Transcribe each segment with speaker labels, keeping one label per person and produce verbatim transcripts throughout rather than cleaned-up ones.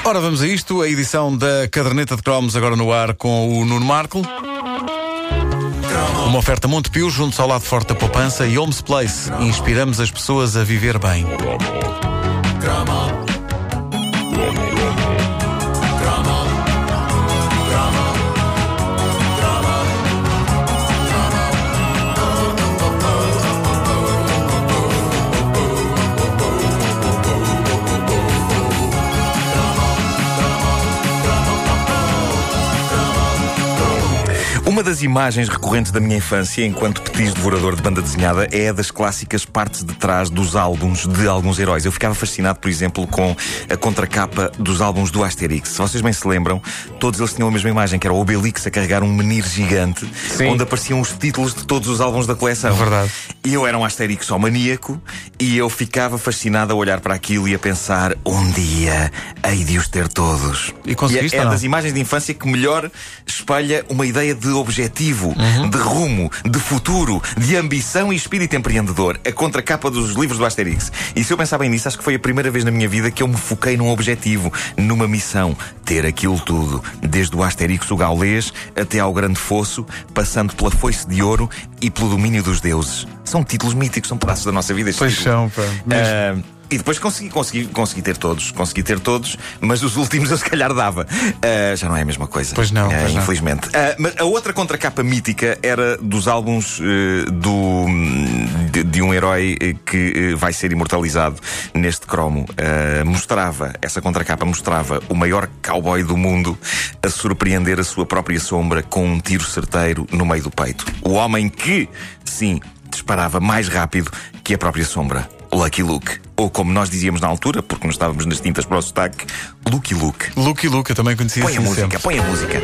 Speaker 1: Ora, vamos a isto. A edição da Caderneta de Cromos agora no ar com o Nuno Marco. Uma oferta Montepio, junto ao lado forte da poupança, e Homes Place. Inspiramos as pessoas a viver bem.
Speaker 2: Uma das imagens recorrentes da minha infância, enquanto petis devorador de banda desenhada, é a das clássicas partes de trás dos álbuns de alguns heróis. Eu ficava fascinado, por exemplo, com a contracapa dos álbuns do Asterix. Se vocês bem se lembram, todos eles tinham a mesma imagem, que era o Obelix a carregar um menir gigante, sim, onde apareciam os títulos de todos os álbuns da coleção.
Speaker 1: É verdade.
Speaker 2: E eu era um Asterix-maníaco e eu ficava fascinado a olhar para aquilo e a pensar: um dia hei de os ter todos.
Speaker 1: E conseguiste,
Speaker 2: e é, é
Speaker 1: não?
Speaker 2: das imagens de infância que melhor espelha uma ideia de objetivo, uhum, de rumo, de futuro, de ambição e espírito empreendedor. A contracapa dos livros do Asterix. E se eu pensar bem nisso, acho que foi a primeira vez na minha vida que eu me foquei num objetivo, numa missão: ter aquilo tudo, desde o Asterix o Gaulês até ao Grande Fosso, passando pela Foice de Ouro e pelo domínio dos deuses. São títulos míticos, são pedaços da nossa vida.
Speaker 1: Pois são, pá.
Speaker 2: Uh, E depois consegui, consegui, consegui ter todos, consegui ter todos, mas os últimos eu se calhar dava. Uh, já não é a mesma coisa.
Speaker 1: Pois não,
Speaker 2: uh,
Speaker 1: pois
Speaker 2: infelizmente. Uh, mas a outra contracapa mítica era dos álbuns uh, do, de, de um herói que uh, vai ser imortalizado neste cromo. Uh, mostrava, essa contracapa mostrava o maior cowboy do mundo a surpreender a sua própria sombra com um tiro certeiro no meio do peito. O homem que, sim, disparava mais rápido que a própria sombra. Lucky Luke. Ou como nós dizíamos na altura, porque nós estávamos nas tintas para o sotaque, Lucky Luke.
Speaker 1: Lucky Luke, eu também conhecia.
Speaker 2: Põe a música,
Speaker 1: sempre.
Speaker 2: põe a música.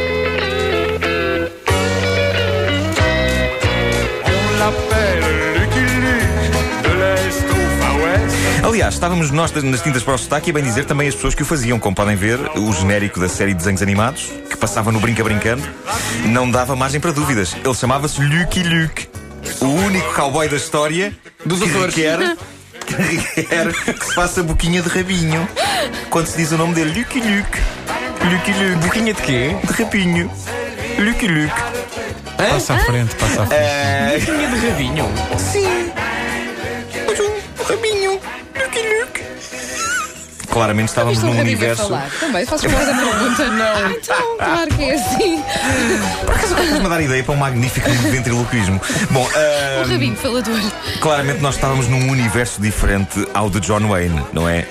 Speaker 2: Aliás, estávamos nós nas tintas para o sotaque e, bem dizer, também as pessoas que o faziam. Como podem ver, o genérico da série de desenhos animados, que passava no Brinca Brincando, não dava margem para dúvidas. Ele chamava-se Lucky Luke. O único cowboy da história
Speaker 3: dos
Speaker 2: que
Speaker 3: Açores
Speaker 2: requer, que requer que se faça boquinha de rabinho quando se diz o nome dele. Lucky Luke. Lucky Luke.
Speaker 3: Boquinha de quê?
Speaker 2: De rabinho. Lucky Luke.
Speaker 1: Passa à frente, passa à frente.
Speaker 2: Uh...
Speaker 3: Boquinha de rabinho?
Speaker 2: Sim. Mas um rabinho. Lucky Luke. Claramente estávamos num universo.
Speaker 4: Falar. Também fazes uma outra pergunta. Não. Então, claro que é assim.
Speaker 2: Por acaso estás-me a dar ideia para um magnífico ventriloquismo. Bom, uh...
Speaker 4: o rabinho falador.
Speaker 2: Claramente nós estávamos num universo diferente ao de John Wayne, não é?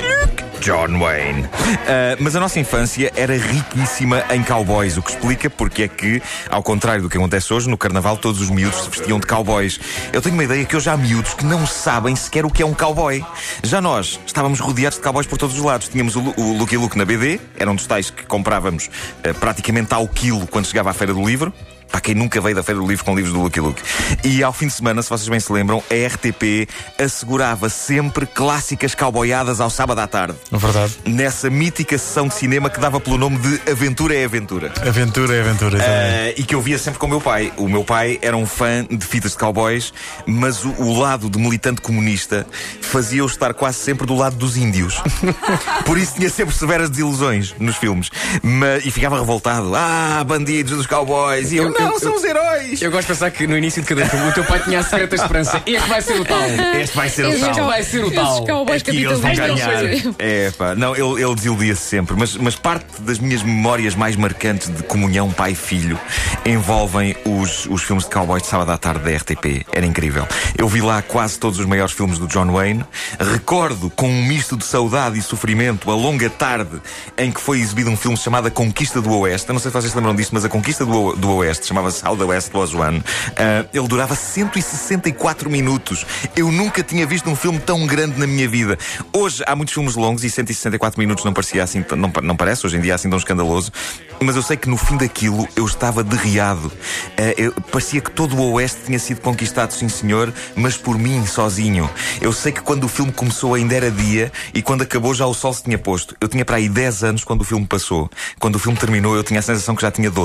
Speaker 2: John Wayne. Uh, mas a nossa infância era riquíssima em cowboys, o que explica porque é que, ao contrário do que acontece hoje, no Carnaval todos os miúdos se vestiam de cowboys. Eu tenho uma ideia que hoje há miúdos que não sabem sequer o que é um cowboy. Já nós estávamos rodeados de cowboys por todos os lados. Tínhamos o, o Lucky Luke na B D, era um dos tais que comprávamos uh, praticamente ao quilo quando chegava à Feira do Livro. Para quem nunca veio da Feira do Livro com livros do Lucky Luke. E ao fim de semana, se vocês bem se lembram, a R T P assegurava sempre clássicas cowboyadas ao sábado à tarde.
Speaker 1: Verdade.
Speaker 2: Nessa mítica sessão de cinema que dava pelo nome de Aventura é Aventura.
Speaker 1: Aventura é Aventura,
Speaker 2: uh, E que eu via sempre com o meu pai. O meu pai era um fã de fitas de cowboys, mas o, o lado de militante comunista fazia-o estar quase sempre do lado dos índios. Por isso tinha sempre severas desilusões nos filmes. Mas, e ficava revoltado. Ah, bandidos dos cowboys. E eu, não,
Speaker 3: eu,
Speaker 2: são os heróis!
Speaker 3: Eu gosto de pensar que no início de cada filme o teu pai tinha a secreta esperança. Este vai ser o tal.
Speaker 2: Este vai ser o
Speaker 3: este
Speaker 2: tal.
Speaker 3: Este vai ser o tal.
Speaker 2: Aqui eles vão ganhar. É, pá. Não, ele, ele desiludia-se sempre. Mas, mas parte das minhas memórias mais marcantes de comunhão pai-filho envolvem os, os filmes de cowboys de sábado à tarde da R T P. Era incrível. Eu vi lá quase todos os maiores filmes do John Wayne. Recordo, com um misto de saudade e sofrimento, a longa tarde em que foi exibido um filme chamado A Conquista do Oeste. Eu não sei se vocês se lembram disto, mas A Conquista do, do Oeste chamava-se How the West Was Won. Uh, ele durava cento e sessenta e quatro minutos. Eu nunca tinha visto um filme tão grande na minha vida. Hoje há muitos filmes longos e cento e sessenta e quatro minutos não parecia assim, não, não parece hoje em dia assim tão escandaloso. Mas eu sei que no fim daquilo eu estava derriado. Uh, eu, parecia que todo o Oeste tinha sido conquistado, sim senhor, mas por mim, sozinho. Eu sei que quando o filme começou ainda era dia e quando acabou já o sol se tinha posto. Eu tinha para aí dez anos quando o filme passou. Quando o filme terminou eu tinha a sensação que já tinha doze.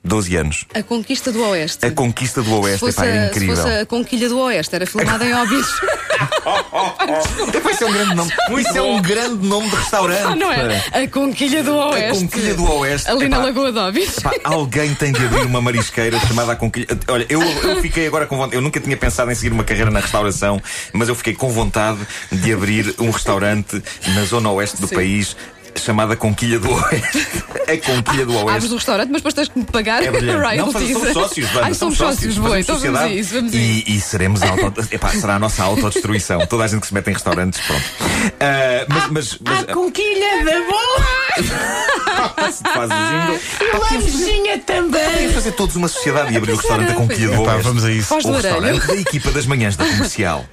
Speaker 2: doze anos.
Speaker 4: A Conquista do Oeste.
Speaker 2: A Conquista do Oeste,
Speaker 4: Se fosse,
Speaker 2: epá, é
Speaker 4: a,
Speaker 2: incrível.
Speaker 4: se fosse a Conquilha do Oeste, era filmada em Óbidos.
Speaker 2: Isso é um grande nome. Isso é um grande nome de restaurante.
Speaker 4: Ah, não é? A Conquilha do Oeste.
Speaker 2: A Conquilha do Oeste.
Speaker 4: Ali
Speaker 2: Epá,
Speaker 4: na Lagoa de Óbidos.
Speaker 2: epá, alguém tem de abrir uma marisqueira chamada a Conquilha. Olha, eu, eu fiquei agora com vontade. Eu nunca tinha pensado em seguir uma carreira na restauração, mas eu fiquei com vontade de abrir um restaurante na zona oeste do
Speaker 4: Sim.
Speaker 2: país, chamada Conquilha do Oeste. A Conquilha do
Speaker 4: Abres
Speaker 2: Oeste.
Speaker 4: o restaurante, mas depois tens que me pagar
Speaker 2: É brilhante. Não,
Speaker 4: royalties.
Speaker 2: somos sócios, Wanda,
Speaker 4: Ai, somos sócios, boa, então vamos a isso, vamos a isso.
Speaker 2: E, e seremos a auto... Epá, será a nossa autodestruição. Toda a gente que se mete em restaurantes, pronto. Ah, mas, mas, mas,
Speaker 5: A Conquilha da Boa!
Speaker 2: se tu fazes o jingle,
Speaker 5: E Lamezinha também!
Speaker 2: podíamos fazer todos uma sociedade e abrir o restaurante a Conquilha do
Speaker 1: Pá,
Speaker 2: Oeste.
Speaker 1: vamos a isso.
Speaker 4: Foz
Speaker 2: O
Speaker 4: do Arelho.
Speaker 2: restaurante da equipa das manhãs da comercial.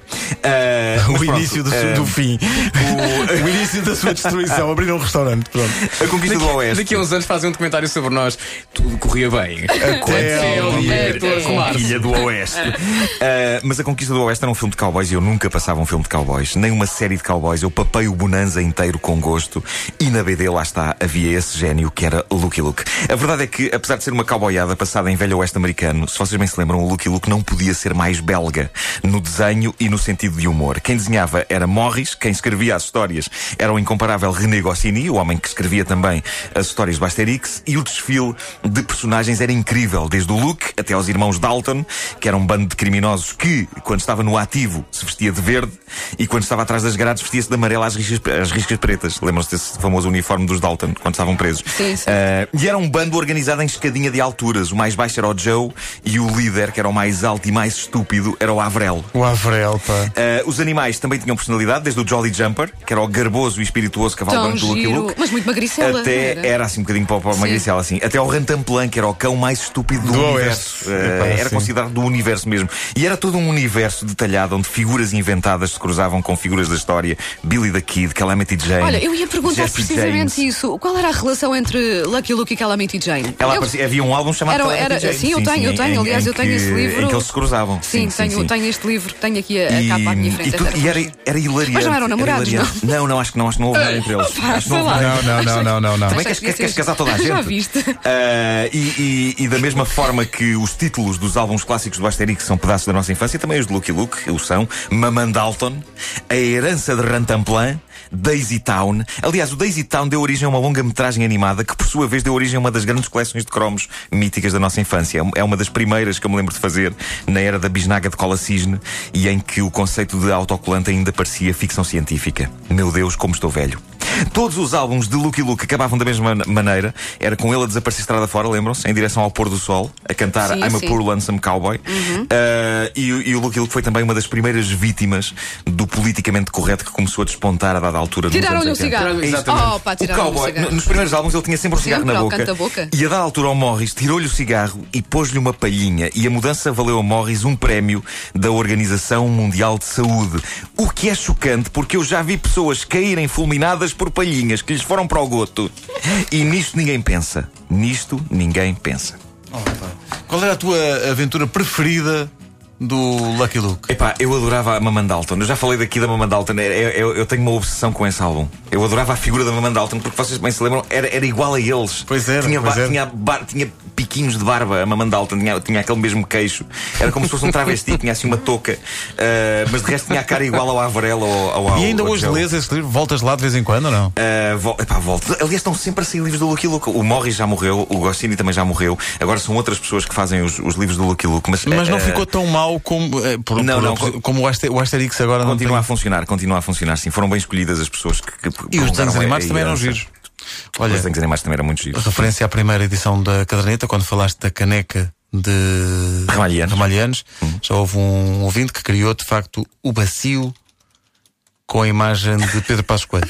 Speaker 2: Ah,
Speaker 1: O
Speaker 2: mas pronto,
Speaker 1: início do,
Speaker 2: ah,
Speaker 1: do fim. O... o início da sua destruição. Abrir um restaurante. Pronto.
Speaker 2: A Conquista do Oeste.
Speaker 3: Daqui a uns anos fazem um documentário sobre nós. Tudo corria bem.
Speaker 1: Até
Speaker 3: ao dia catorze de março.
Speaker 2: Conquilha do Oeste. Ah, mas a Conquista do Oeste era um filme de cowboys e eu nunca passava um filme de cowboys, nem uma série de cowboys. Eu papei o Bonanza inteiro com gosto e na B D, lá está, havia esse gênio que era Lucky Luke. A verdade é que, apesar de ser uma cowboyada passada em velho oeste americano, se vocês bem se lembram, o Lucky Luke não podia ser mais belga no desenho e no sentido de humor. Quem desenhava era Morris, quem escrevia as histórias era o incomparável René Goscinny, o homem que escrevia também as histórias do Asterix, e o desfile de personagens era incrível, desde o Luke até aos irmãos Dalton, que eram um bando de criminosos que, quando estava no ativo, se vestia de verde e quando estava atrás das grades vestia-se de amarelo às riscas, às riscas pretas. Lembram-se desse famoso uniforme dos Dalton, quando estavam presos?
Speaker 4: Sim, sim.
Speaker 2: Uh, e era um bando organizado em escadinha de alturas. O mais baixo era o Joe e o líder, que era o mais alto e mais estúpido, era o Avrel.
Speaker 1: O Avrel, pá.
Speaker 2: Uh, os animais também tinham personalidade, desde o Jolly Jumper, que era o garboso e espirituoso cavalo
Speaker 4: Tão
Speaker 2: branco do Lucky
Speaker 4: giro.
Speaker 2: Luke,
Speaker 4: Mas muito magricela.
Speaker 2: até
Speaker 4: era.
Speaker 2: era assim um bocadinho para, para uma
Speaker 4: Sim.
Speaker 2: magricela assim. Até ao Rantanplan, que era o cão mais estúpido do,
Speaker 1: Do
Speaker 2: universo.
Speaker 1: Oeste.
Speaker 2: Uh,
Speaker 1: Epá,
Speaker 2: era
Speaker 1: sim.
Speaker 2: considerado do universo mesmo. E era todo um universo detalhado onde figuras inventadas se cruzavam com figuras da história. Billy the Kid, Calamity Jane.
Speaker 4: Olha, eu ia perguntar
Speaker 2: Jesse
Speaker 4: precisamente
Speaker 2: James.
Speaker 4: isso. Qual era a relação entre Lucky Luke e Calamity Jane?
Speaker 2: Ela
Speaker 4: Eu-
Speaker 2: aparecia- havia um álbum chamado
Speaker 4: Era-
Speaker 2: Calamity
Speaker 4: era-
Speaker 2: Jane.
Speaker 4: sim, eu tenho, eu
Speaker 2: em-
Speaker 4: tenho.
Speaker 2: em-
Speaker 4: Aliás,
Speaker 2: em
Speaker 4: eu tenho
Speaker 2: que-
Speaker 4: esse livro.
Speaker 2: Em que eles se cruzavam.
Speaker 4: Sim, tenho,
Speaker 2: sim.
Speaker 4: tenho este livro, tenho aqui a, a capa à minha frente.
Speaker 2: E, tu- e era, era hilariante.
Speaker 4: Mas não eram
Speaker 2: Era
Speaker 4: namorados,
Speaker 2: hilariante. não? Não, acho que não, acho que não houve nada entre eles.
Speaker 4: Pá,
Speaker 2: Acho que
Speaker 4: sei
Speaker 2: não houve
Speaker 4: lá.
Speaker 2: nada.
Speaker 1: Não, não, não, não, não.
Speaker 2: Também
Speaker 4: Achas
Speaker 2: queres,
Speaker 4: que ia
Speaker 2: queres, queres
Speaker 4: ser-
Speaker 2: casar toda a gente?
Speaker 4: Já viste?
Speaker 2: Ah, e, e- e da mesma forma que os títulos dos álbuns clássicos do Asterix são pedaços da nossa infância, também os de Lucky Luke o são. Mamandalton, A Herança de Rantanplan, Daisy Town. Aliás, o Daisy Town deu origem a uma longa-metragem animada que, por sua vez, deu origem a uma das grandes coleções de cromos míticas da nossa infância. É uma das primeiras que eu me lembro de fazer na era da bisnaga de cola cisne e em que o conceito de autocolante ainda parecia ficção científica. Meu Deus, como estou velho. Todos os álbuns de Lucky Luke acabavam da mesma maneira. Era com ele a desaparecer estrada fora, lembram-se? Em direção ao pôr do sol, a cantar
Speaker 4: Sim,
Speaker 2: I'm a
Speaker 4: sim.
Speaker 2: Poor Lonesome Cowboy.
Speaker 4: Uhum.
Speaker 2: Uh, e, o- e o Lucky Luke foi também uma das primeiras vítimas do politicamente correto que começou a despontar a dada altura dos
Speaker 4: Tiraram-lhe
Speaker 2: anos
Speaker 4: um
Speaker 2: oitenta.
Speaker 4: cigarro.
Speaker 3: Exatamente.
Speaker 4: Oh, pá,
Speaker 2: O
Speaker 4: tiraram-lhe um
Speaker 2: cowboy,
Speaker 4: cigarro.
Speaker 2: n- nos primeiros álbuns ele tinha sempre um cigarro
Speaker 4: Sempre
Speaker 2: na
Speaker 4: ao
Speaker 2: boca.
Speaker 4: canta-boca.
Speaker 2: E a dada altura ao Morris tirou-lhe o cigarro e pôs-lhe uma palhinha. E a mudança valeu a Morris um prémio da Organização Mundial de Saúde. O que é chocante porque eu já vi pessoas caírem fulminadas por palhinhas que lhes foram para o goto. E nisto ninguém pensa. Nisto ninguém pensa.
Speaker 1: Oh, pá. Qual era a tua aventura preferida do Lucky Luke?
Speaker 2: Epá, eu adorava a Mamandalton. Eu já falei daqui da Mamandalton. Eu, eu, eu tenho uma obsessão com esse álbum. Eu adorava a figura da Mamandalton porque vocês bem se lembram, era, era igual a eles.
Speaker 1: Pois era,
Speaker 2: Tinha,
Speaker 1: pois
Speaker 2: ba-
Speaker 1: era.
Speaker 2: tinha, bar- tinha piquinhos de barba, a Mamandalton. Tinha, tinha aquele mesmo queixo. Era como se fosse um travesti, tinha assim uma touca. Uh, mas de resto tinha a cara igual ao Avarel ou ao.
Speaker 1: E ainda
Speaker 2: ao
Speaker 1: hoje
Speaker 2: Joe.
Speaker 1: lês esse livro? Voltas lá de vez em quando ou não?
Speaker 2: Uh, vol epá, volto. Aliás, estão sempre a sair livros do Lucky Luke. O Morris já morreu, o Goscinny também já morreu. Agora são outras pessoas que fazem os, os livros do Lucky Luke. Mas,
Speaker 1: Mas não
Speaker 2: uh,
Speaker 1: ficou tão mal como, eh, por,
Speaker 2: Não,
Speaker 1: por-
Speaker 2: não,
Speaker 1: por-
Speaker 2: co-
Speaker 1: como o, Aster, o Asterix agora não
Speaker 2: Continua a
Speaker 1: tem.
Speaker 2: funcionar, continua a funcionar, sim. Foram bem escolhidas as pessoas que. que
Speaker 1: E os
Speaker 2: prolongaram
Speaker 1: desenhos
Speaker 2: a-
Speaker 1: animados
Speaker 2: a
Speaker 1: também eram
Speaker 2: herança.
Speaker 1: giros.
Speaker 2: Os
Speaker 1: Olha,
Speaker 2: desenhos animados também eram muito giros.
Speaker 1: referência à primeira edição da caderneta, quando falaste da caneca de
Speaker 2: Ramalhianos.
Speaker 1: Ramalhianos, já houve um ouvinte que criou de facto o bacio com a imagem de Pedro Passos Coelho.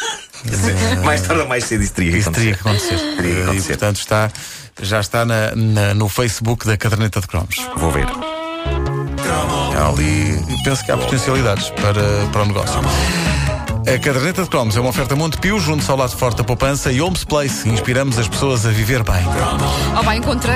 Speaker 2: Mais tarde ou mais cedo isso teria que
Speaker 1: Isso teria
Speaker 2: acontecer.
Speaker 1: que acontecer.
Speaker 2: Teria que
Speaker 1: E
Speaker 2: acontecer.
Speaker 1: portanto está, já está na, na- no Facebook da caderneta de cromos.
Speaker 2: Vou ver.
Speaker 1: Há ali, penso que há potencialidades para, para o negócio. A caderneta de cromos é uma oferta Montepio, junto ao lado forte da poupança, e Homes Place. Inspiramos as pessoas a viver bem.
Speaker 4: Oh, vai, encontrei.